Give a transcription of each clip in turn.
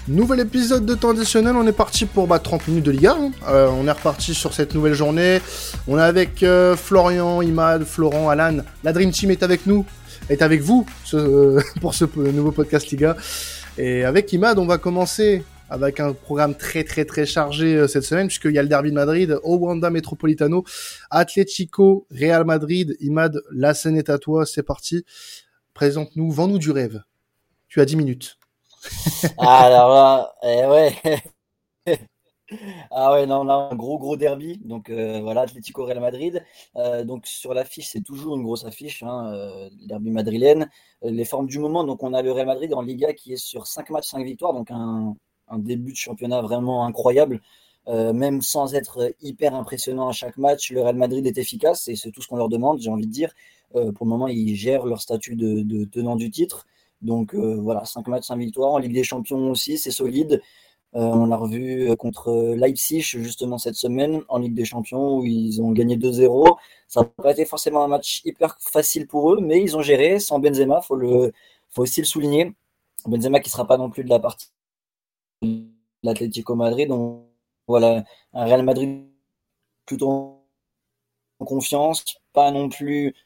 Nouvel épisode de temps additionnel, on est parti pour 30 minutes de Liga. On est reparti sur cette nouvelle journée. On est avec Florian, Imad, Florent, Alan. La Dream Team est avec nous, est avec vous pour ce nouveau podcast Liga. Et avec Imad, on va commencer avec un programme très chargé cette semaine, puisqu'il y a le derby de Madrid au Wanda Metropolitano, Atlético, Real Madrid. Imad, la scène est à toi, c'est parti. Présente-nous, vends-nous du rêve. Tu as 10 minutes. Alors là, ouais. Ah ouais, non, là, un gros derby. Donc voilà, Atlético Real Madrid. Donc sur l'affiche, c'est toujours une grosse affiche, hein, le derby madrilène. Les formes du moment, donc on a le Real Madrid en Liga qui est sur 5 matchs, 5 victoires, donc un début de championnat vraiment incroyable. Même sans être hyper impressionnant à chaque match, le Real Madrid est efficace et c'est tout ce qu'on leur demande, j'ai envie de dire. Pour le moment, ils gèrent leur statut de tenant du titre. Donc voilà, 5 matchs, 5 victoires. En Ligue des Champions aussi, c'est solide. On l'a revu contre Leipzig justement cette semaine en Ligue des Champions où ils ont gagné 2-0. Ça n'a pas été forcément un match hyper facile pour eux, mais ils ont géré sans Benzema, faut aussi le souligner. Benzema qui sera pas non plus de la partie de l'Atlético Madrid. Donc voilà, un Real Madrid plutôt en confiance, pas non plus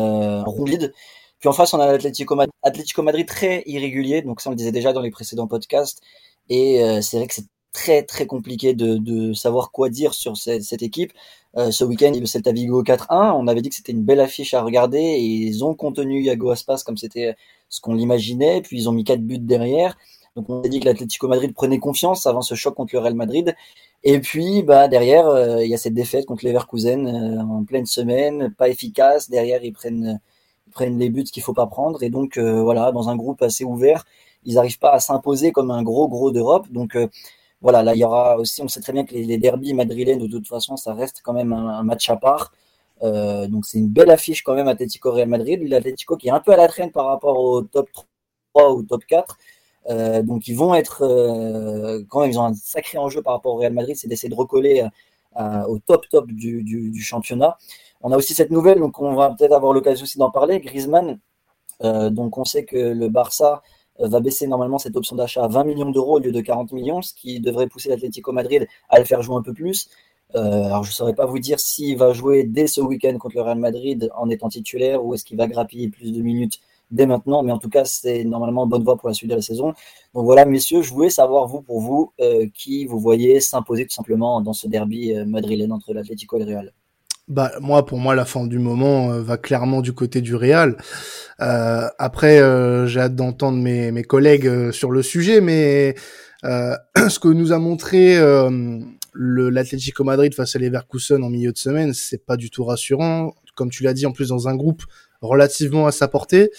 vide. Puis en face, on a Atlético Madrid très irrégulier, donc ça on le disait déjà dans les précédents podcasts. Et c'est vrai que c'est très compliqué de savoir quoi dire sur cette équipe. Ce week-end, le Celta Vigo 4-1, on avait dit que c'était une belle affiche à regarder et ils ont contenu Iago Aspas comme c'était ce qu'on l'imaginait, puis ils ont mis 4 buts derrière. Donc on a dit que l'Atlético Madrid prenait confiance avant ce choc contre le Real Madrid. Et puis derrière, il y a cette défaite contre Leverkusen en pleine semaine, pas efficace. Derrière, ils prennent les buts qu'il faut pas prendre. Et donc voilà, dans un groupe assez ouvert, ils n'arrivent pas à s'imposer comme un gros d'Europe. Donc voilà, là il y aura aussi, on sait très bien que les derbys madrilènes de toute façon, ça reste quand même un match à part. Donc c'est une belle affiche quand même, Atlético Real Madrid. L'Atlético qui est un peu à la traîne par rapport au top 3 ou top 4. Donc ils vont être quand même, ils ont un sacré enjeu par rapport au Real Madrid, c'est d'essayer de recoller au top du championnat. On a aussi cette nouvelle, donc on va peut-être avoir l'occasion aussi d'en parler. Griezmann, donc on sait que le Barça va baisser normalement cette option d'achat à 20 millions d'euros au lieu de 40 millions, ce qui devrait pousser l'Atlético Madrid à le faire jouer un peu plus. Alors je ne saurais pas vous dire s'il va jouer dès ce week-end contre le Real Madrid en étant titulaire ou est-ce qu'il va grappiller plus de minutes dès maintenant, mais en tout cas c'est normalement en bonne voie pour la suite de la saison. Donc voilà messieurs, je voulais savoir pour vous qui vous voyez s'imposer tout simplement dans ce derby madrilène entre l'Atlético et le Real. Pour moi, la forme du moment va clairement du côté du Real. Après, j'ai hâte d'entendre mes collègues sur le sujet, mais ce que nous a montré l'Atlético Madrid face à Leverkusen en milieu de semaine, c'est pas du tout rassurant. Comme tu l'as dit, en plus dans un groupe relativement à sa portée,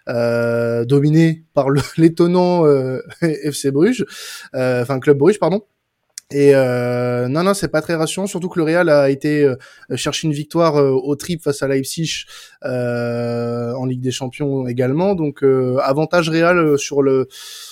dominé par l'étonnant FC Bruges, Club Bruges, pardon. Et non, c'est pas très rassurant, surtout que le Real a été chercher une victoire au trip face à Leipzig en Ligue des Champions également. Donc avantage Real sur le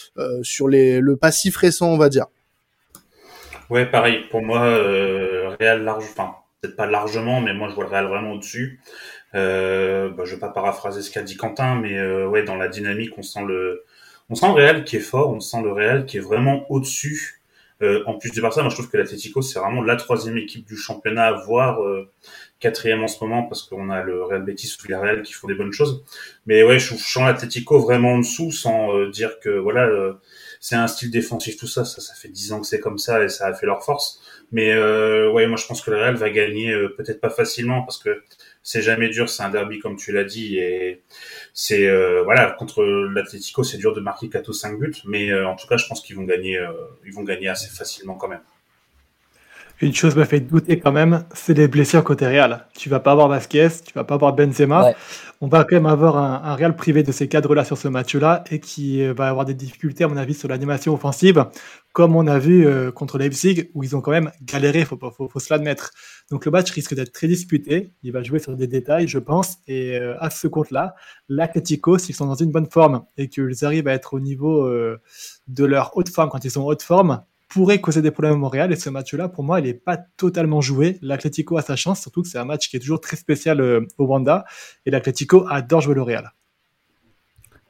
passif récent, on va dire. Ouais, pareil. Pour moi, Real large, enfin peut-être pas largement, mais moi je vois le Real vraiment au-dessus. Je vais pas paraphraser ce qu'a dit Quentin, mais ouais, dans la dynamique, on sent le Real qui est fort, on sent le Real qui est vraiment au-dessus. En plus du Barça, moi je trouve que l'Atlético c'est vraiment la troisième équipe du championnat, voire quatrième en ce moment, parce qu'on a le Real Betis ou Villarreal qui font des bonnes choses. Mais ouais, je sens l'Atlético vraiment en dessous, sans dire que voilà, c'est un style défensif, tout ça. Ça fait 10 ans que c'est comme ça et ça a fait leur force. Mais ouais, moi je pense que le Real va gagner, peut-être pas facilement, parce que c'est jamais dur, c'est un derby comme tu l'as dit, et c'est voilà, contre l'Atlético c'est dur de marquer 4 ou 5 buts, mais en tout cas je pense qu'ils vont gagner assez facilement quand même. Une chose me fait douter quand même, c'est les blessures côté Real. Tu vas pas avoir Vasquez, tu vas pas avoir Benzema. Ouais. On va quand même avoir un Real privé de ces cadres-là sur ce match-là et qui va avoir des difficultés, à mon avis, sur l'animation offensive, comme on a vu contre Leipzig, où ils ont quand même galéré, faut se l'admettre. Donc le match risque d'être très disputé. Il va jouer sur des détails, je pense. Et à ce compte-là, l'Atlético, s'ils sont dans une bonne forme et qu'ils arrivent à être au niveau de leur haute forme quand ils sont en haute forme, pourrait causer des problèmes au Montréal. Et ce match-là, pour moi, il n'est pas totalement joué. L'Atlético a sa chance, surtout que c'est un match qui est toujours très spécial au Wanda. Et l'Atlético adore jouer le Real.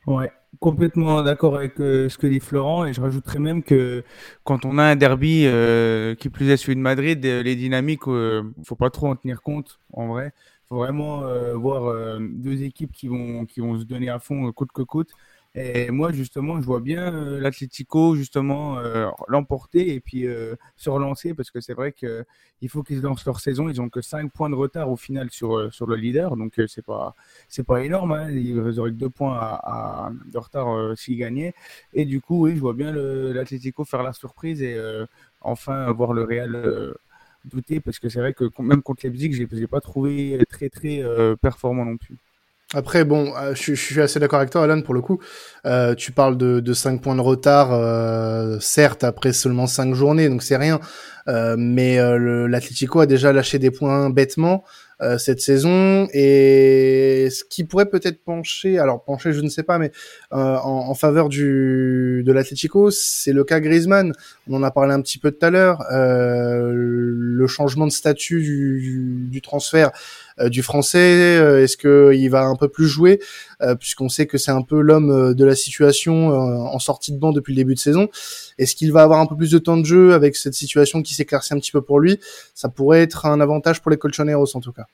Ouais, complètement d'accord avec ce que dit Florent, et je rajouterais même que quand on a un derby qui plus est celui de Madrid, les dynamiques, faut pas trop en tenir compte en vrai. Faut vraiment voir deux équipes qui vont se donner à fond coûte que coûte. Et moi justement, je vois bien l'Atlético justement l'emporter et puis se relancer parce que c'est vrai que il faut qu'ils lancent leur saison. Ils ont que 5 points de retard au final sur le leader, donc c'est pas énorme, hein. Ils auraient que 2 points de retard s'ils gagnaient. Et du coup, oui, je vois bien l'Atlético faire la surprise et enfin voir le Real douter, parce que c'est vrai que même contre Leipzig, je l'ai pas trouvé très très performant non plus. Après, bon, je suis assez d'accord avec toi, Alan, pour le coup. Tu parles de 5 points de retard, certes, après seulement 5 journées, donc c'est rien. Mais l'Atlético a déjà lâché des points bêtement cette saison, et ce qui pourrait peut-être pencher, je ne sais pas, mais en faveur de l'Atlético, c'est le cas Griezmann. On en a parlé un petit peu tout à l'heure. Le changement de statut du transfert du français, est-ce que il va un peu plus jouer, puisqu'on sait que c'est un peu l'homme de la situation en sortie de banc depuis le début de saison. Est-ce qu'il va avoir un peu plus de temps de jeu avec cette situation qui s'éclaircit un petit peu pour lui? Ça pourrait être un avantage pour les Colchoneros en tout cas.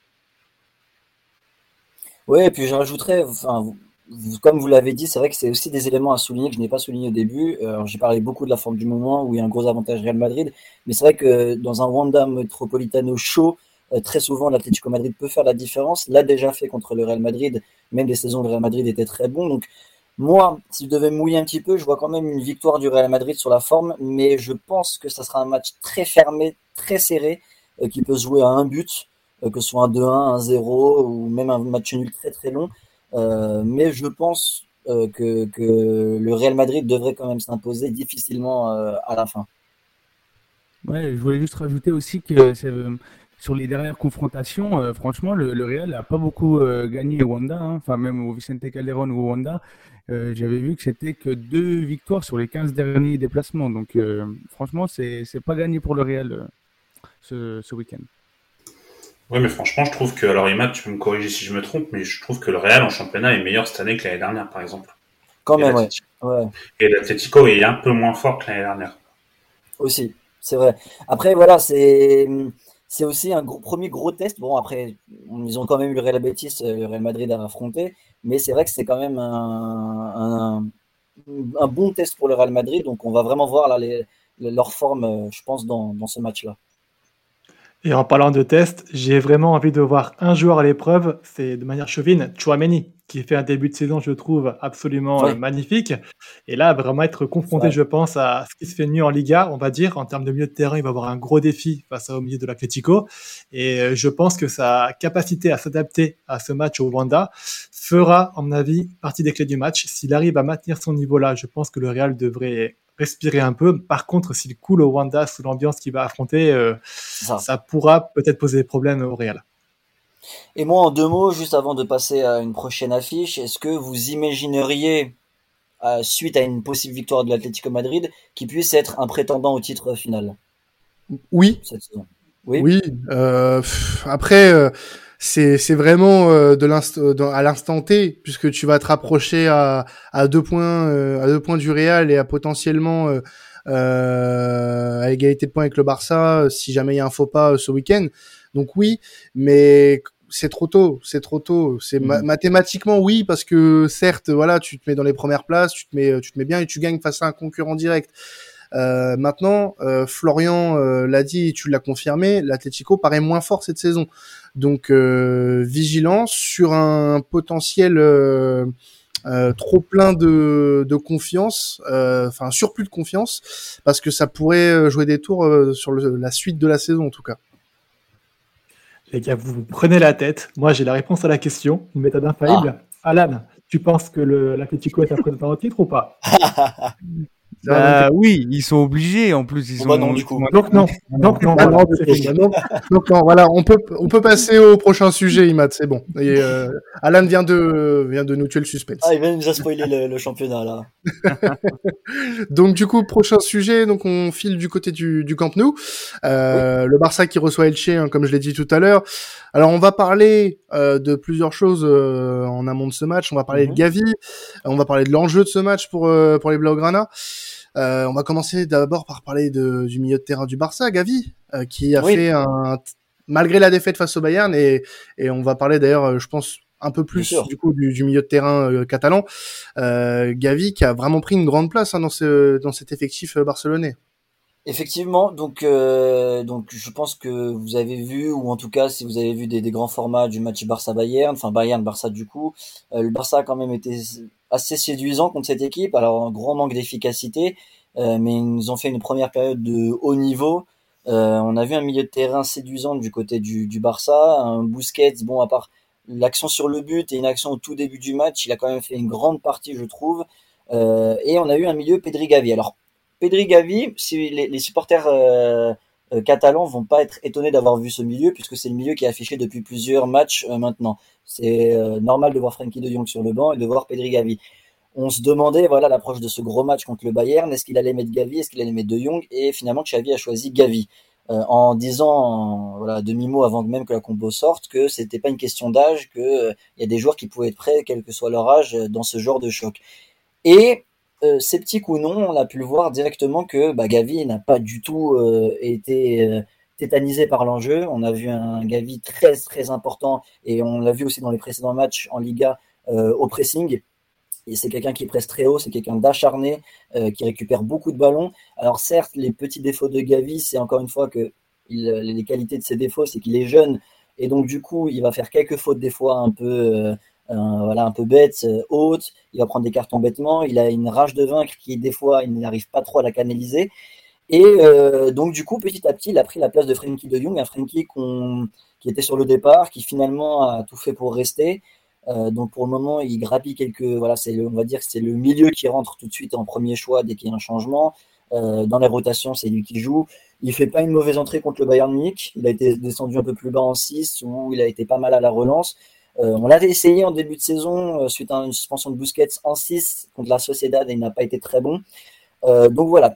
Oui, et puis je rajouterais, enfin, comme vous l'avez dit, c'est vrai que c'est aussi des éléments à souligner que je n'ai pas souligné au début. Alors, j'ai parlé beaucoup de la forme du moment où il y a un gros avantage Real Madrid, mais c'est vrai que dans un Wanda Metropolitano chaud, très souvent l'Atlético Madrid peut faire la différence. L'a déjà fait contre le Real Madrid, même les saisons où le Real Madrid était très bon. Donc moi, si je devais mouiller un petit peu, je vois quand même une victoire du Real Madrid sur la forme, mais je pense que ça sera un match très fermé, très serré, qui peut se jouer à un but, que ce soit un 2-1, un 0 ou même un match nul très très long. Mais je pense que le Real Madrid devrait quand même s'imposer difficilement à la fin. Ouais, je voulais juste rajouter aussi que sur les dernières confrontations, franchement, le Real n'a pas beaucoup gagné au Wanda, hein. Enfin, même au Vicente Calderón ou au Wanda, j'avais vu que c'était que 2 victoires sur les 15 derniers déplacements. Donc, franchement, c'est pas gagné pour le Real ce week-end. Ouais, mais franchement, je trouve que, alors Imad, tu peux me corriger si je me trompe, mais je trouve que le Real en championnat est meilleur cette année que l'année dernière, par exemple. Quand Et même, ouais. l'Atlético, Ouais. et l'Atlético est un peu moins fort que l'année dernière. Aussi, c'est vrai. Après, voilà, c'est aussi un premier gros test. Bon, après, ils ont quand même eu le Real Betis, le Real Madrid à affronter, mais c'est vrai que c'est quand même un bon test pour le Real Madrid. Donc, on va vraiment voir là leur forme, je pense, dans ce match-là. Et en parlant de test, j'ai vraiment envie de voir un joueur à l'épreuve, c'est de manière chauvine, Tchouaméni, qui fait un début de saison, je trouve, absolument Oui, magnifique. Et là, vraiment être c'est confronté, vrai. je pense, à ce qui se fait de mieux en Liga, on va dire, en termes de milieu de terrain, il va avoir un gros défi face au milieu de l'Atlético. Et je pense que sa capacité à s'adapter à ce match au Wanda fera, à mon avis, partie des clés du match. S'il arrive à maintenir son niveau-là, je pense que le Real devrait respirer un peu. Par contre, s'il coule au Wanda sous l'ambiance qu'il va affronter, C'est ça. ça pourra peut-être poser des problèmes au Real. Et moi, en 2 mots, juste avant de passer à une prochaine affiche, est-ce que vous imagineriez, suite à une possible victoire de l'Atlético Madrid, qu'il puisse être un prétendant au titre final Oui, cette saison? Oui? oui. Après, c'est vraiment à l'instant T, puisque tu vas te rapprocher à 2 points, à 2 points du Real, et à potentiellement à égalité de points avec le Barça si jamais il y a un faux pas ce week-end. Donc oui, mais c'est trop tôt, c'est trop tôt. C'est Mhm. mathématiquement oui, parce que certes, voilà, tu te mets dans les premières places, tu te mets bien et tu gagnes face à un concurrent direct. Maintenant, Florian l'a dit, tu l'as confirmé, l'Atlético paraît moins fort cette saison. Donc vigilance sur un potentiel trop plein de confiance, enfin surplus de confiance, parce que ça pourrait jouer des tours sur la suite de la saison en tout cas. Les gars, vous prenez la tête. Moi, j'ai la réponse à la question, une méthode Ah. infaillible. Alan, tu penses que l'Atlético est un prétendant au titre ou pas? Bah oui, ils sont obligés. En plus, ils Bon, non, du coup. Donc non. Donc non. Voilà, c'est fini. Donc non, voilà, on peut passer au prochain sujet, Imad, c'est bon. Et Alan vient de nous tuer le suspense. Ah, il vient de nous a spoilé le championnat là. Donc du coup, prochain sujet, donc on file du côté du Camp Nou. Le Barça qui reçoit Elche, hein, comme je l'ai dit tout à l'heure. Alors on va parler de plusieurs choses en amont de ce match. On va parler de Gavi, on va parler de l'enjeu de ce match pour les Blaugrana. On va commencer d'abord par parler du milieu de terrain du Barça, Gavi, qui a fait malgré la défaite face au Bayern, et on va parler d'ailleurs, je pense, un peu plus du coup du milieu de terrain catalan. Gavi qui a vraiment pris une grande place dans cet effectif barcelonais. Effectivement, donc je pense que vous avez vu, ou en tout cas si vous avez vu des grands formats du match Barça-Bayern, enfin Bayern-Barça du coup, le Barça a quand même été assez séduisant contre cette équipe. Alors un grand manque d'efficacité, mais ils nous ont fait une première période de haut niveau. On a vu un milieu de terrain séduisant du côté du Barça, un Busquets, bon, à part l'action sur le but et une action au tout début du match, il a quand même fait une grande partie, je trouve. Et on a eu un milieu Pedri Gavi. Alors Pedri Gavi, si les supporters catalans vont pas être étonnés d'avoir vu ce milieu, puisque c'est le milieu qui est affiché depuis plusieurs matchs maintenant. C'est normal de voir Frenkie de Jong sur le banc et de voir Pedri Gavi. On se demandait, voilà, l'approche de ce gros match contre le Bayern, est-ce qu'il allait mettre Gavi, est-ce qu'il allait mettre de Jong, et finalement Xavi a choisi Gavi, en disant, voilà, demi-mot avant même que la compo sorte, que c'était pas une question d'âge, que il y a des joueurs qui pouvaient être prêts, quel que soit leur âge, dans ce genre de choc. Et sceptique ou non, on a pu le voir directement que Gavi n'a pas du tout été tétanisé par l'enjeu. On a vu un Gavi très très important, et on l'a vu aussi dans les précédents matchs en Liga au pressing. Et c'est quelqu'un qui presse très haut, c'est quelqu'un d'acharné, qui récupère beaucoup de ballons. Alors certes, les petits défauts de Gavi, c'est encore une fois que les qualités de ses défauts, c'est qu'il est jeune, et donc du coup, il va faire quelques fautes des fois un peu un peu bêtes, hautes. Il va prendre des cartons bêtement. Il a une rage de vaincre qui des fois, il n'arrive pas trop à la canaliser. Et donc du coup, petit à petit, il a pris la place de Frenkie de Jong, un Frenkie qui était sur le départ, qui finalement a tout fait pour rester. Donc pour le moment, il grappille on va dire que c'est le milieu qui rentre tout de suite en premier choix dès qu'il y a un changement. Dans les rotations, c'est lui qui joue. Il fait pas une mauvaise entrée contre le Bayern Munich. Il a été descendu un peu plus bas en 6, où il a été pas mal à la relance. On l'avait essayé en début de saison suite à une suspension de Busquets en 6 contre la Sociedad, et il n'a pas été très bon. Donc voilà,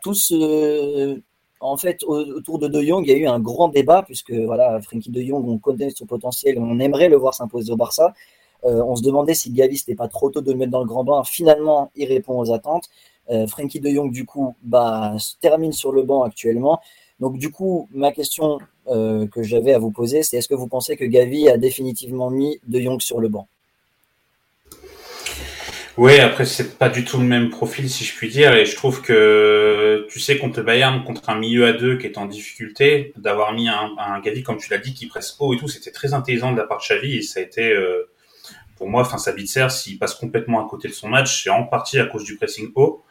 en fait, autour de Jong, il y a eu un grand débat, puisque voilà, Frenkie de Jong, on connaît son potentiel, on aimerait le voir s'imposer au Barça. On se demandait si Gavi, c'était pas trop tôt de le mettre dans le grand bain. Finalement, il répond aux attentes. Frenkie de Jong, du coup, se termine sur le banc actuellement. Donc du coup, ma question que j'avais à vous poser, c'est est-ce que vous pensez que Gavi a définitivement mis de Jong sur le banc? Ouais, après c'est pas du tout le même profil si je puis dire, et je trouve que tu sais contre Bayern, contre un milieu à deux qui est en difficulté, d'avoir mis un Gavi comme tu l'as dit qui presse haut et tout, c'était très intelligent de la part de Xavi, et ça a été pour moi, Sabitzer, s'il passe complètement à côté de son match, c'est en partie à cause du pressing haut.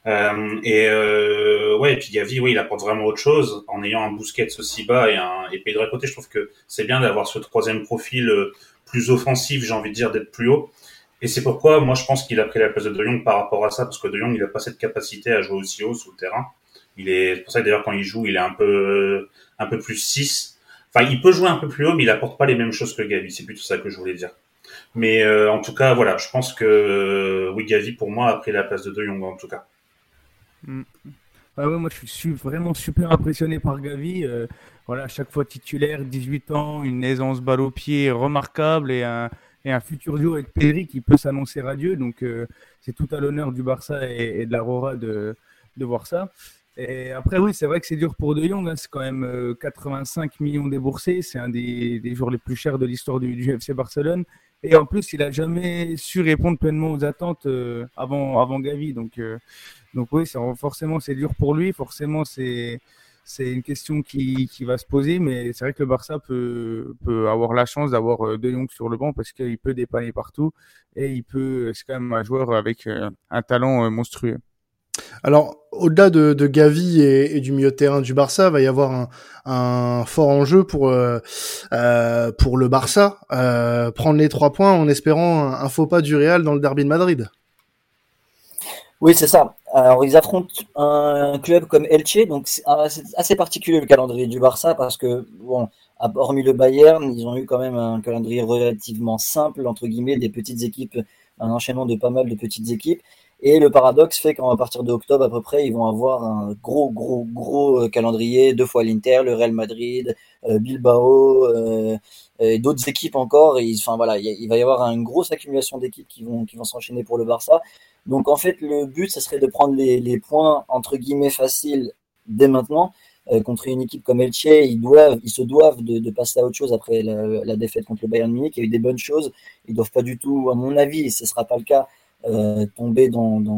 Et puis Gavi, oui, il apporte vraiment autre chose en ayant un Busquets aussi bas et Pedri à côté. Je trouve que c'est bien d'avoir ce troisième profil plus offensif, j'ai envie de dire, d'être plus haut. Et c'est pourquoi moi je pense qu'il a pris la place de Jong par rapport à ça, parce que De Jong il a pas cette capacité à jouer aussi haut sous le terrain. C'est pour ça que d'ailleurs quand il joue, il est un peu plus 6. Enfin, il peut jouer un peu plus haut, mais il apporte pas les mêmes choses que Gavi. C'est plutôt ça que je voulais dire. Mais en tout cas, voilà, je pense que oui, Gavi pour moi a pris la place de De Jong en tout cas. Ouais, moi je suis vraiment super impressionné par Gavi. Voilà, à chaque fois titulaire, 18 ans, une aisance balle au pied remarquable et un futur duo avec Pedri qui peut s'annoncer radieux. Donc c'est tout à l'honneur du Barça et de la Rora de voir ça. Et après, oui, c'est vrai que c'est dur pour De Jong, hein. C'est quand même 85 millions déboursés. C'est un des joueurs les plus chers de l'histoire du FC Barcelone. Et en plus, il a jamais su répondre pleinement aux attentes avant Gavi. Donc oui, forcément, c'est dur pour lui. Forcément, c'est une question qui va se poser. Mais c'est vrai que le Barça peut avoir la chance d'avoir De Jong sur le banc parce qu'il peut dépanner partout. Et c'est quand même un joueur avec un talent monstrueux. Alors, au-delà de Gavi et du milieu de terrain du Barça, va y avoir un fort enjeu pour le Barça, prendre les 3 points en espérant un faux pas du Real dans le derby de Madrid. Oui, c'est ça. Alors, ils affrontent un club comme Elche, donc c'est assez particulier le calendrier du Barça parce que, bon, hormis le Bayern, ils ont eu quand même un calendrier relativement simple, entre guillemets, des petites équipes, un enchaînement de pas mal de petites équipes. Et le paradoxe fait qu'à partir d'octobre à peu près, ils vont avoir un gros calendrier, deux fois l'Inter, le Real Madrid, Bilbao, et d'autres équipes encore. Enfin voilà, il va y avoir une grosse accumulation d'équipes qui vont s'enchaîner pour le Barça. Donc en fait, le but, ce serait de prendre les points entre guillemets faciles dès maintenant. Contre une équipe comme Elche, ils se doivent de passer à autre chose après la défaite contre le Bayern Munich. Il y a eu des bonnes choses. Ils doivent pas du tout, à mon avis, et ce sera pas le cas, tomber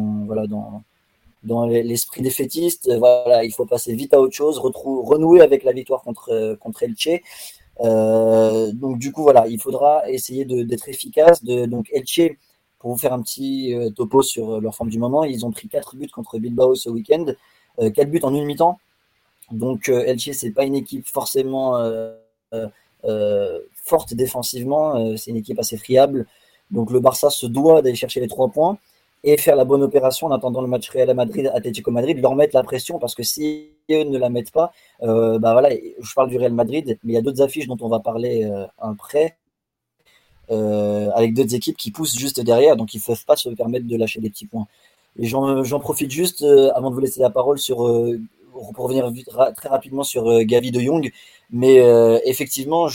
dans l'esprit défaitiste. Voilà, il faut passer vite à autre chose, renouer avec la victoire contre Elche. Donc du coup voilà, il faudra essayer d'être efficace. Donc Elche, pour vous faire un petit topo sur leur forme du moment, ils ont pris 4 buts contre Bilbao ce week-end, 4 buts en une mi-temps. Donc Elche, c'est pas une équipe forcément forte défensivement, c'est une équipe assez friable. Donc le Barça se doit d'aller chercher les 3 points et faire la bonne opération en attendant le match Real Madrid, Atlético Madrid, leur mettre la pression parce que si eux ne la mettent pas, bah voilà, je parle du Real Madrid, mais il y a d'autres affiches dont on va parler après, avec d'autres équipes qui poussent juste derrière, donc ils ne peuvent pas se permettre de lâcher des petits points. Et j'en profite juste avant de vous laisser la parole pour revenir très rapidement sur Gavi de Jong, mais effectivement,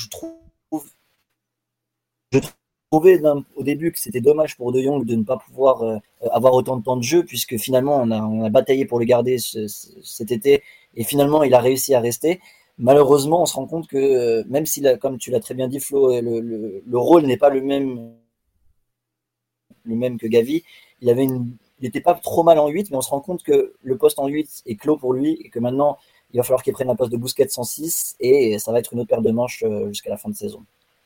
je trouvais au début que c'était dommage pour De Jong de ne pas pouvoir avoir autant de temps de jeu, puisque finalement on a bataillé pour le garder cet été, et finalement il a réussi à rester. Malheureusement, on se rend compte que même si, comme tu l'as très bien dit, Flo, le rôle n'est pas le même que Gavi, il n'était pas trop mal en 8, mais on se rend compte que le poste en 8 est clos pour lui et que maintenant il va falloir qu'il prenne la place de Busquets en 6 et ça va être une autre paire de manches jusqu'à la fin de saison.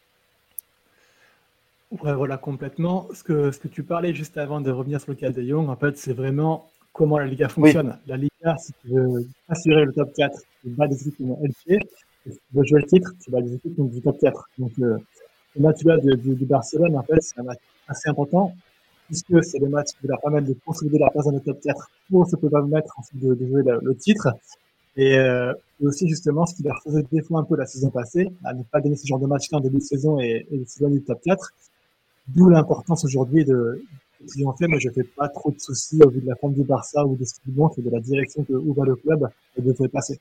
Ouais, voilà, complètement. Ce que tu parlais juste avant de revenir sur le cas de Jong, en fait, c'est vraiment comment la Liga Oui, fonctionne. La Liga, si tu veux assurer le top 4, tu bats des équipes comme LG. Et si tu veux jouer le titre, tu bats des équipes du top 4. Donc, le match-là du Barcelone, en fait, c'est un match assez important, puisque c'est le match qui va leur permettre de consolider leur place dans le top 4 pour se permettre ensuite de jouer le titre. Et aussi, justement, ce qui leur faisait défaut un peu la saison passée, à ne pas gagner ce genre de match-là en début de saison et de s'éloigner du top 4. D'où l'importance aujourd'hui de triompher, mais je fais pas trop de soucis au vu de la forme du Barça ou de ce qu'il montre et de la direction où va le club et devrait passer.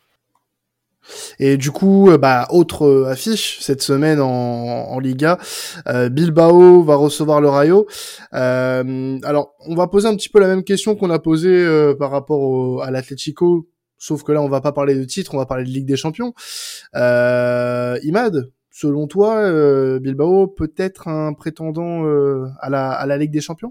Et du coup, autre affiche cette semaine en Liga, Bilbao va recevoir le Rayo. Alors, on va poser un petit peu la même question qu'on a posée par rapport à l'Atlético, sauf que là, on va pas parler de titre, on va parler de Ligue des Champions. Imad, selon toi, Bilbao peut être un prétendant à la Ligue des Champions?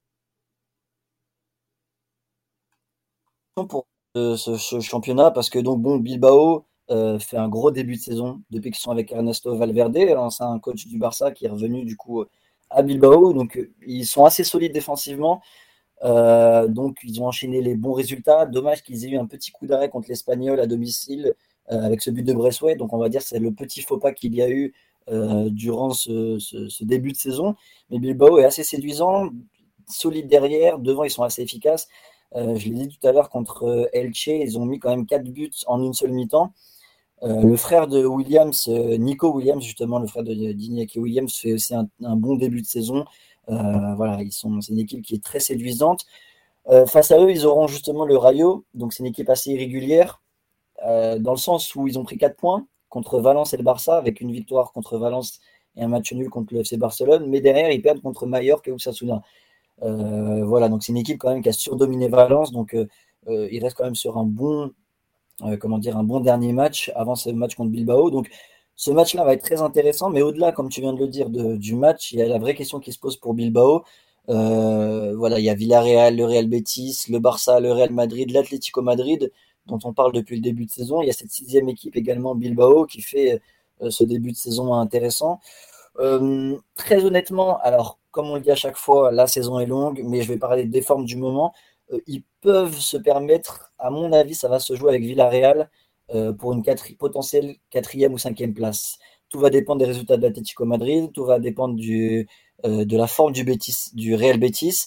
pour ce championnat parce que donc bon, Bilbao fait un gros début de saison depuis qu'ils sont avec Ernesto Valverde, l'ancien coach du Barça qui est revenu du coup à Bilbao. Donc ils sont assez solides défensivement. Donc ils ont enchaîné les bons résultats. Dommage qu'ils aient eu un petit coup d'arrêt contre l'Espagnol à domicile avec ce but de Braithwaite. Donc on va dire que c'est le petit faux pas qu'il y a eu durant ce début de saison. Mais Bilbao est assez séduisant, solide derrière. Devant, ils sont assez efficaces. Je l'ai dit tout à l'heure contre Elche, ils ont mis quand même 4 buts en une seule mi-temps. Le frère de Williams, Nico Williams, justement, le frère d'Iñaki Williams, fait aussi un bon début de saison. Voilà, c'est une équipe qui est très séduisante. Face à eux, ils auront justement le Rayo, donc c'est une équipe assez irrégulière, dans le sens où ils ont pris 4 points contre Valence et le Barça, avec une victoire contre Valence et un match nul contre le FC Barcelone, mais derrière, ils perdent contre Mallorca et Osasuna. Voilà, donc c'est une équipe quand même qui a surdominé Valence, donc il reste quand même sur un bon dernier match avant ce match contre Bilbao. Donc ce match-là va être très intéressant, mais au-delà, comme tu viens de le dire, du match, il y a la vraie question qui se pose pour Bilbao. Voilà, il y a Villarreal, le Real Betis, le Barça, le Real Madrid, l'Atlético Madrid, dont on parle depuis le début de saison. Il y a cette 6e équipe également, Bilbao, qui fait ce début de saison intéressant. Très honnêtement, alors comme on le dit à chaque fois, la saison est longue, mais je vais parler des formes du moment. Ils peuvent se permettre, à mon avis, ça va se jouer avec Villarreal pour une potentielle 4e ou 5e place. Tout va dépendre des résultats de l'Atlético Madrid, tout va dépendre de la forme du Real Betis.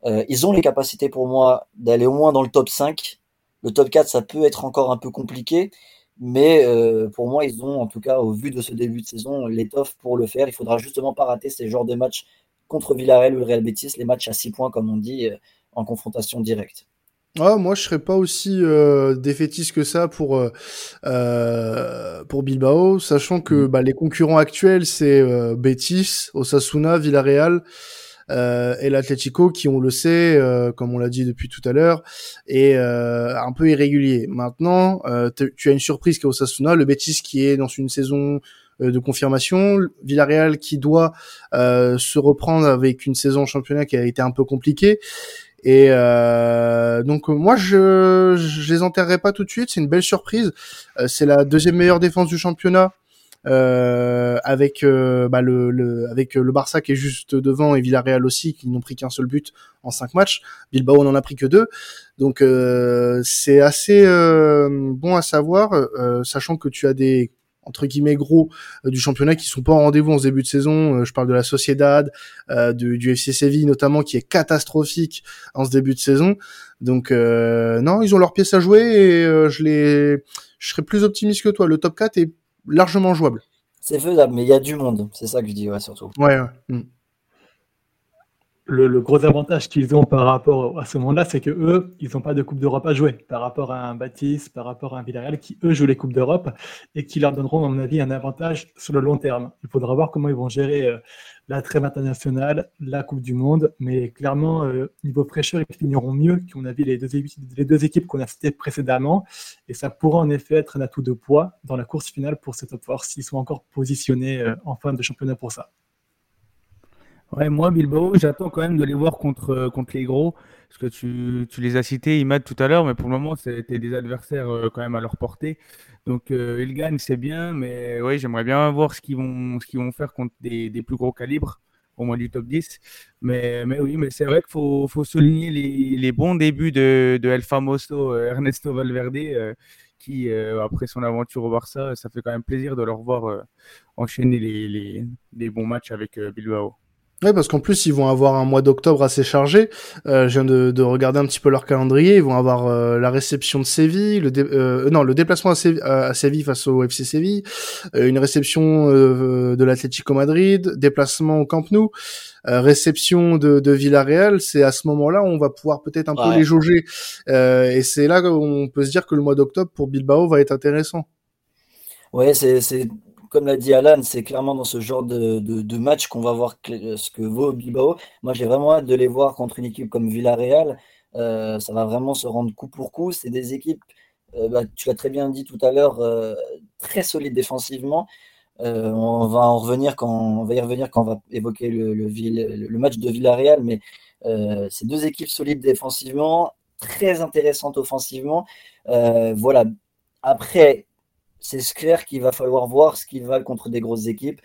Ils ont les capacités pour moi d'aller au moins dans le top 5. Le top 4, ça peut être encore un peu compliqué, mais pour moi, ils ont, en tout cas, au vu de ce début de saison, l'étoffe pour le faire. Il faudra justement pas rater ces genres de matchs contre Villarreal ou le Real Betis, les matchs à 6 points, comme on dit, en confrontation directe. Ah, moi, je serais pas aussi défaitiste que ça pour Bilbao, sachant que les concurrents actuels, c'est Betis, Osasuna, Villarreal et l'Atlético, qui, on le sait, comme on l'a dit depuis tout à l'heure, est un peu irrégulier. Maintenant, tu as une surprise qui est Osasuna, le Betis qui est dans une saison de confirmation, Villarreal qui doit se reprendre avec une saison en championnat qui a été un peu compliquée. Et donc moi je les enterrerai pas tout de suite, c'est une belle surprise. C'est la deuxième meilleure défense du championnat avec le Barça qui est juste devant et Villarreal aussi qui n'ont pris qu'un seul but en 5 matchs. Bilbao n'en a pris que 2. Donc c'est assez bon à savoir, sachant que tu as des entre guillemets gros du championnat qui sont pas en rendez-vous en ce début de saison. Je parle de la Sociedad, du FC Séville notamment qui est catastrophique en ce début de saison. Donc non, ils ont leurs pièces à jouer et je serais plus optimiste que toi. Le top 4 est largement jouable. C'est faisable, mais il y a du monde. C'est ça que je dis, ouais, surtout. Ouais. Le gros avantage qu'ils ont par rapport à ce monde-là, c'est que eux, ils n'ont pas de Coupe d'Europe à jouer par rapport à un Betis, par rapport à un Villarreal qui, eux, jouent les Coupes d'Europe et qui leur donneront, à mon avis, un avantage sur le long terme. Il faudra voir comment ils vont gérer la trêve internationale, la Coupe du Monde, mais clairement, niveau fraîcheur, ils finiront mieux qu'à mon avis les deux équipes qu'on a citées précédemment et ça pourra en effet être un atout de poids dans la course finale pour ces top 4 s'ils sont encore positionnés en fin de championnat pour ça. Ouais, moi, Bilbao, j'attends quand même de les voir contre les gros. Parce que tu les as cités, Imad, tout à l'heure, mais pour le moment, c'était des adversaires quand même à leur portée. Donc, ils gagnent, c'est bien, mais oui, j'aimerais bien voir ce qu'ils vont faire contre des plus gros calibres, au moins du top 10. Mais oui, mais c'est vrai qu'il faut souligner les bons débuts de El Famoso Ernesto Valverde, qui, après son aventure au Barça, ça fait quand même plaisir de le revoir enchaîner les bons matchs avec Bilbao. Ouais, parce qu'en plus, ils vont avoir un mois d'octobre assez chargé. Je viens de regarder un petit peu leur calendrier. Ils vont avoir la réception de Séville, le déplacement à Séville face au FC Séville, une réception de l'Atlético Madrid, déplacement au Camp Nou, réception de Villarreal. C'est à ce moment-là où on va pouvoir peut-être un peu les jauger. Et c'est là qu'on peut se dire que le mois d'octobre pour Bilbao va être intéressant. Ouais, c'est comme l'a dit Alan, c'est clairement dans ce genre de match qu'on va voir ce que vaut Bilbao. Moi, j'ai vraiment hâte de les voir contre une équipe comme Villarreal. Ça va vraiment se rendre coup pour coup. C'est des équipes, tu l'as très bien dit tout à l'heure, très solides défensivement. On va y revenir quand on va évoquer le match de Villarreal, mais c'est deux équipes solides défensivement, très intéressantes offensivement. Voilà. Après, c'est clair qu'il va falloir voir ce qu'ils valent contre des grosses équipes.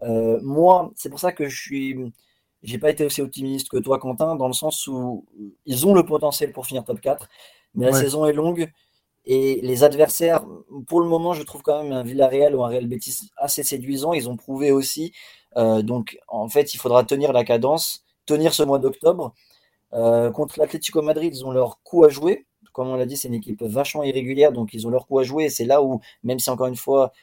Moi, c'est pour ça que j'ai pas été aussi optimiste que toi, Quentin, dans le sens où ils ont le potentiel pour finir top 4, mais la saison est longue et les adversaires, pour le moment, je trouve quand même un Villarreal ou un Real Betis assez séduisant. Ils ont prouvé aussi. Donc, en fait, il faudra tenir la cadence, tenir ce mois d'octobre. Contre l'Atlético Madrid, ils ont leur coup à jouer. Comme on l'a dit, c'est une équipe vachement irrégulière, donc ils ont leur coup à jouer. Et c'est là où, même si encore une fois,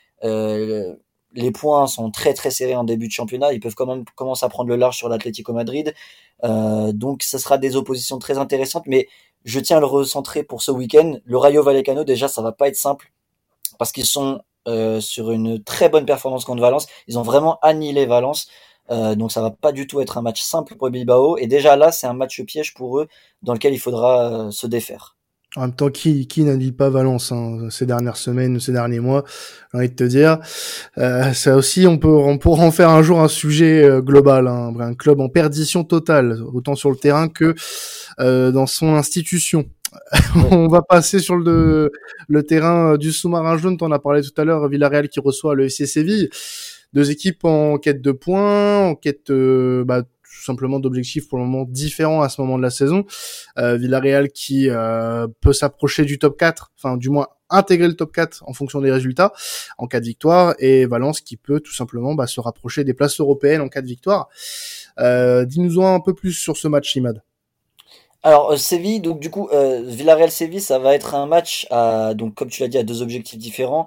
les points sont très très serrés en début de championnat, ils peuvent quand même commencer à prendre le large sur l'Atlético Madrid. Donc ce sera des oppositions très intéressantes, mais je tiens à le recentrer pour ce week-end. Le Rayo Vallecano, déjà, ça va pas être simple parce qu'ils sont sur une très bonne performance contre Valence. Ils ont vraiment annihilé Valence. Donc ça va pas du tout être un match simple pour Bilbao. Et déjà là, c'est un match piège pour eux dans lequel il faudra se défaire. En même temps, qui n'annule pas Valence ces dernières semaines, ces derniers mois, j'ai envie de te dire. Ça aussi, on pourra en faire un jour un sujet global, un club en perdition totale, autant sur le terrain que dans son institution. On va passer sur le terrain du sous-marin jaune, t'en as parlé tout à l'heure, Villarreal qui reçoit le FC Séville. Deux équipes en quête de points, en quête tout simplement d'objectifs pour le moment différents à ce moment de la saison. Villarreal qui peut s'approcher du top 4, enfin du moins intégrer le top 4 en fonction des résultats en cas de victoire, et Valence qui peut tout simplement se rapprocher des places européennes en cas de victoire. Dis-nous-en un peu plus sur ce match, Imad. Alors, Séville, donc du coup, Villarreal-Séville, ça va être un match donc comme tu l'as dit, à deux objectifs différents.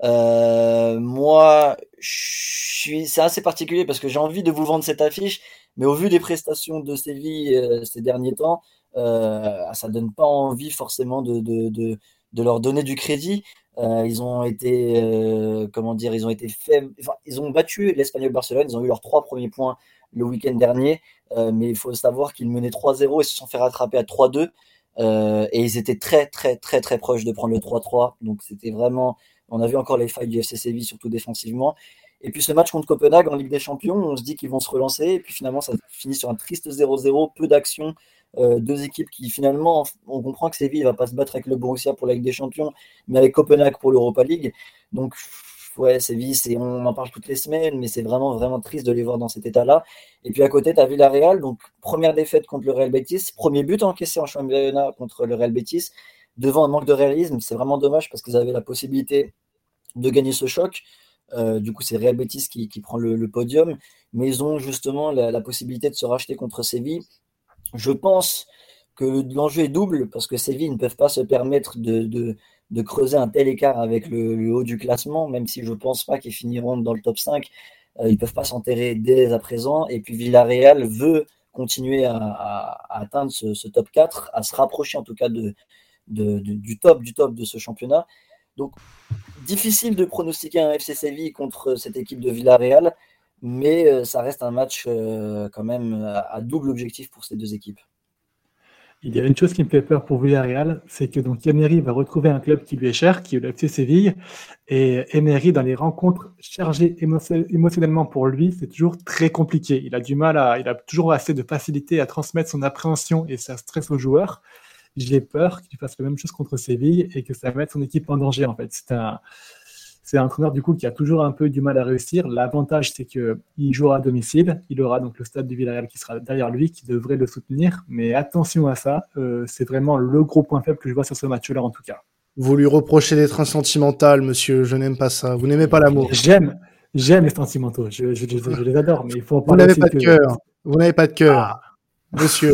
Moi, c'est assez particulier parce que j'ai envie de vous vendre cette affiche, mais au vu des prestations de Séville ces derniers temps, ça donne pas envie forcément de leur donner du crédit. Ils ont été, comment dire, ils ont été faibles. Enfin, ils ont battu l'Espagnol Barcelone. Ils ont eu leurs 3 premiers points le week-end dernier. Mais il faut savoir qu'ils menaient 3-0 et se sont fait rattraper à 3-2. Et ils étaient très très très très proches de prendre le 3-3. Donc c'était vraiment, on a vu encore les failles du FC Séville, surtout défensivement. Et puis ce match contre Copenhague en Ligue des Champions, on se dit qu'ils vont se relancer. Et puis finalement, ça finit sur un triste 0-0, peu d'action. Deux équipes qui finalement, on comprend que Séville va pas se battre avec le Borussia pour la Ligue des Champions, mais avec Copenhague pour l'Europa League. Donc ouais, Séville, on en parle toutes les semaines, mais c'est vraiment vraiment triste de les voir dans cet état-là. Et puis à côté, tu as Villarreal, donc première défaite contre le Real Betis, premier but encaissé en championnat contre le Real Betis, devant un manque de réalisme. C'est vraiment dommage parce qu'ils avaient la possibilité de gagner ce choc. Du coup, c'est Real Betis qui prend le podium, mais ils ont justement la possibilité de se racheter contre Séville. Je pense que l'enjeu est double parce que Séville ne peuvent pas se permettre de creuser un tel écart avec le haut du classement, même si je pense pas qu'ils finiront dans le top 5. Ils peuvent pas s'enterrer dès à présent. Et puis Villarreal veut continuer à atteindre ce top 4, à se rapprocher en tout cas du top de ce championnat. Donc difficile de pronostiquer un FC Séville contre cette équipe de Villarreal, mais ça reste un match quand même à double objectif pour ces deux équipes. Il y a une chose qui me fait peur pour Villarreal, c'est que donc Emery va retrouver un club qui lui est cher, qui est le FC Séville, et Emery dans les rencontres chargées émotionnellement pour lui, c'est toujours très compliqué. Il a toujours assez de facilité à transmettre son appréhension et sa stress aux joueurs. J'ai peur qu'il fasse la même chose contre Séville et que ça mette son équipe en danger en fait. C'est un entraîneur du coup qui a toujours un peu du mal à réussir. L'avantage, c'est qu'il jouera à domicile. Il aura donc le stade du Villarreal qui sera derrière lui, qui devrait le soutenir. Mais attention à ça, c'est vraiment le gros point faible que je vois sur ce match-là en tout cas. Vous lui reprochez d'être insentimental, monsieur. Je n'aime pas ça. Vous n'aimez pas l'amour. J'aime les sentimentaux. Je les adore, mais il faut en Vous parler n'avez aussi pas de cœur. Vous n'avez pas de cœur. Monsieur.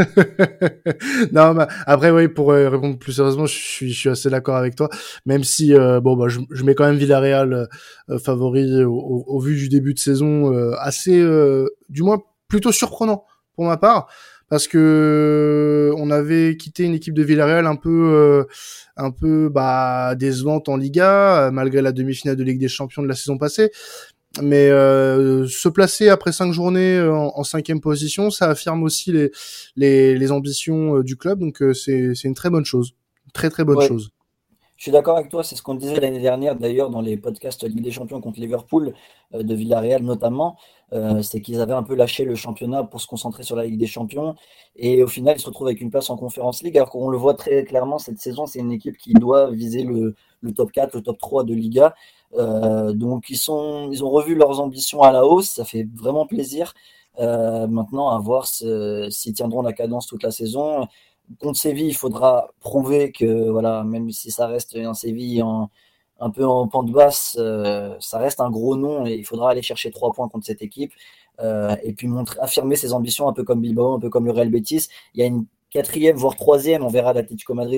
Non, mais après, oui, pour répondre plus sérieusement, je suis assez d'accord avec toi. Même si, je mets quand même Villarreal favori au vu du début de saison, assez, du moins, plutôt surprenant pour ma part, parce que on avait quitté une équipe de Villarreal un peu décevante en Liga, malgré la demi-finale de Ligue des Champions de la saison passée. Mais se placer après 5 journées en 5e position, ça affirme aussi les ambitions du club. Donc c'est une très bonne chose, très très bonne chose. Je suis d'accord avec toi, c'est ce qu'on disait l'année dernière d'ailleurs dans les podcasts Ligue des Champions contre Liverpool, de Villarreal notamment, c'est qu'ils avaient un peu lâché le championnat pour se concentrer sur la Ligue des Champions et au final ils se retrouvent avec une place en Conference League alors qu'on le voit très clairement cette saison, c'est une équipe qui doit viser le top 4, le top 3 de Liga. Donc ils ont revu leurs ambitions à la hausse, ça fait vraiment plaisir. Maintenant à voir s'ils tiendront la cadence toute la saison. Contre Séville, il faudra prouver que, voilà, même si ça reste un Séville un peu en pente basse, ça reste un gros nom et il faudra aller chercher 3 points contre cette équipe. Et puis affirmer ses ambitions, un peu comme Bilbao, un peu comme le Real Betis. Il y a une 4e, voire 3e, on verra l'Atlético Madrid,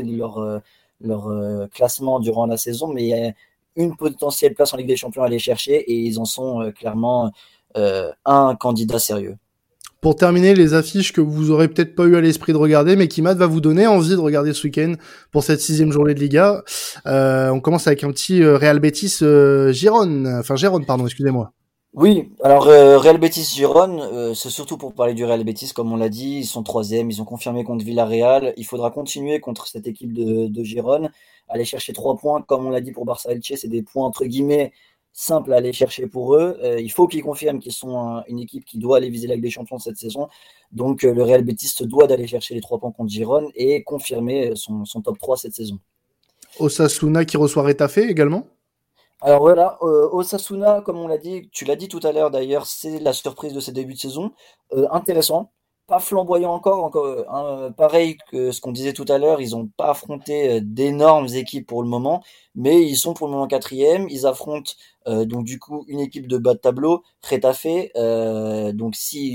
leur classement durant la saison, mais il y a une potentielle place en Ligue des Champions à aller chercher et ils en sont clairement un candidat sérieux. Pour terminer, les affiches que vous aurez peut-être pas eu à l'esprit de regarder, mais qui Matt va vous donner envie de regarder ce week-end pour cette 6e journée de Liga. On commence avec un petit Real Betis Gérone, pardon, excusez-moi. Oui, alors Real Betis Gérone, c'est surtout pour parler du Real Betis, comme on l'a dit, ils sont 3e, ils ont confirmé contre Villarreal. Il faudra continuer contre cette équipe de Gérone, aller chercher 3 points, comme on l'a dit pour Barça Elche, c'est des points entre guillemets simples à aller chercher pour eux. Il faut qu'ils confirment qu'ils sont une équipe qui doit aller viser la Ligue des Champions cette saison. Donc le Real Betis se doit d'aller chercher les 3 points contre Gérone et confirmer son top 3 cette saison. Osasuna qui reçoit Retafe également. Alors voilà, Osasuna, comme on l'a dit, tu l'as dit tout à l'heure d'ailleurs, c'est la surprise de ce début de saison. Intéressant, pas flamboyant encore pareil que ce qu'on disait tout à l'heure, ils n'ont pas affronté d'énormes équipes pour le moment, mais ils sont pour le moment 4e. Ils affrontent donc du coup une équipe de bas de tableau, Retafe. Donc si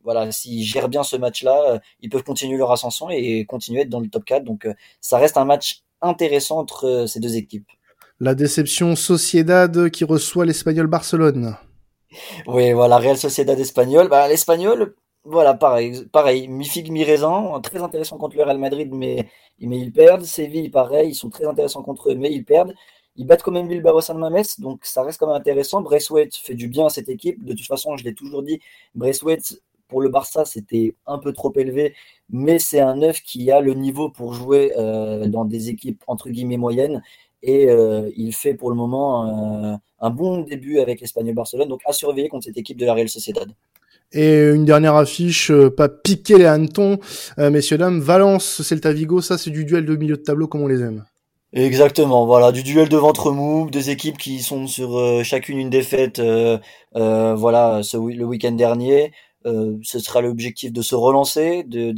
voilà, s'ils gèrent bien ce match-là, ils peuvent continuer leur ascension et continuer à être dans le top 4. Donc ça reste un match intéressant entre ces deux équipes. La déception Sociedad qui reçoit l'Espagnol Barcelone. Oui, voilà, Real Sociedad espagnol. Bah, l'Espagnol, voilà, pareil, mi-figue, mi-raisin, très intéressant contre le Real Madrid, mais ils perdent. Séville, pareil, ils sont très intéressants contre eux, mais ils perdent. Ils battent quand même Bilbao San Mamés, donc ça reste quand même intéressant. Braithwaite fait du bien à cette équipe. De toute façon, je l'ai toujours dit, Braithwaite, pour le Barça, c'était un peu trop élevé, mais c'est un neuf qui a le niveau pour jouer dans des équipes entre guillemets moyennes. Et il fait pour le moment un bon début avec l'Espagnol Barcelone, donc à surveiller contre cette équipe de la Real Sociedad. Et une dernière affiche, pas piquer les hannetons, messieurs dames, Valence, Celta Vigo, ça c'est du duel de milieu de tableau comme on les aime. Exactement, voilà, du duel de ventre mou, deux équipes qui sont sur chacune une défaite, voilà, le week-end dernier. Ce sera l'objectif de se relancer,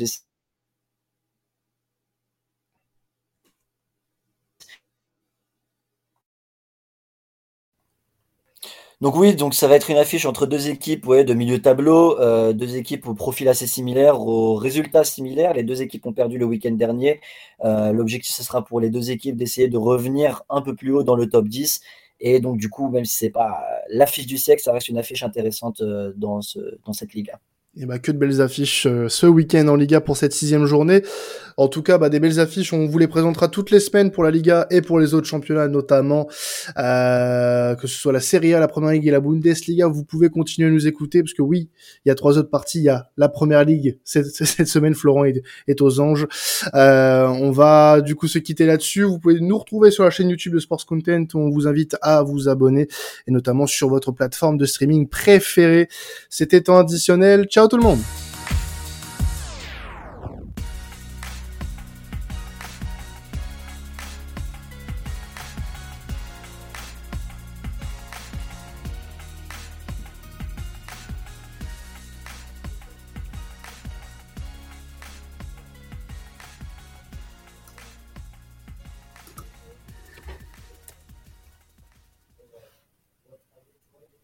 Donc oui, donc ça va être une affiche entre deux équipes, ouais, de milieu de tableau, deux équipes au profil assez similaire, aux résultats similaires. Les deux équipes ont perdu le week-end dernier. L'objectif, ce sera pour les deux équipes d'essayer de revenir un peu plus haut dans le top 10. Et donc du coup, même si c'est pas l'affiche du siècle, ça reste une affiche intéressante dans cette Liga. Et bah que de belles affiches ce week-end en Liga pour cette 6e journée. En tout cas, des belles affiches. On vous les présentera toutes les semaines pour la Liga et pour les autres championnats, notamment que ce soit la Serie A, la Première Ligue et la Bundesliga. Vous pouvez continuer à nous écouter parce que oui, il y a 3 autres parties. Il y a la Première Ligue cette semaine. Florent est aux anges. On va du coup se quitter là-dessus. Vous pouvez nous retrouver sur la chaîne YouTube de Sports Content. On vous invite à vous abonner et notamment sur votre plateforme de streaming préférée. C'était temps additionnel. Ciao tout le monde.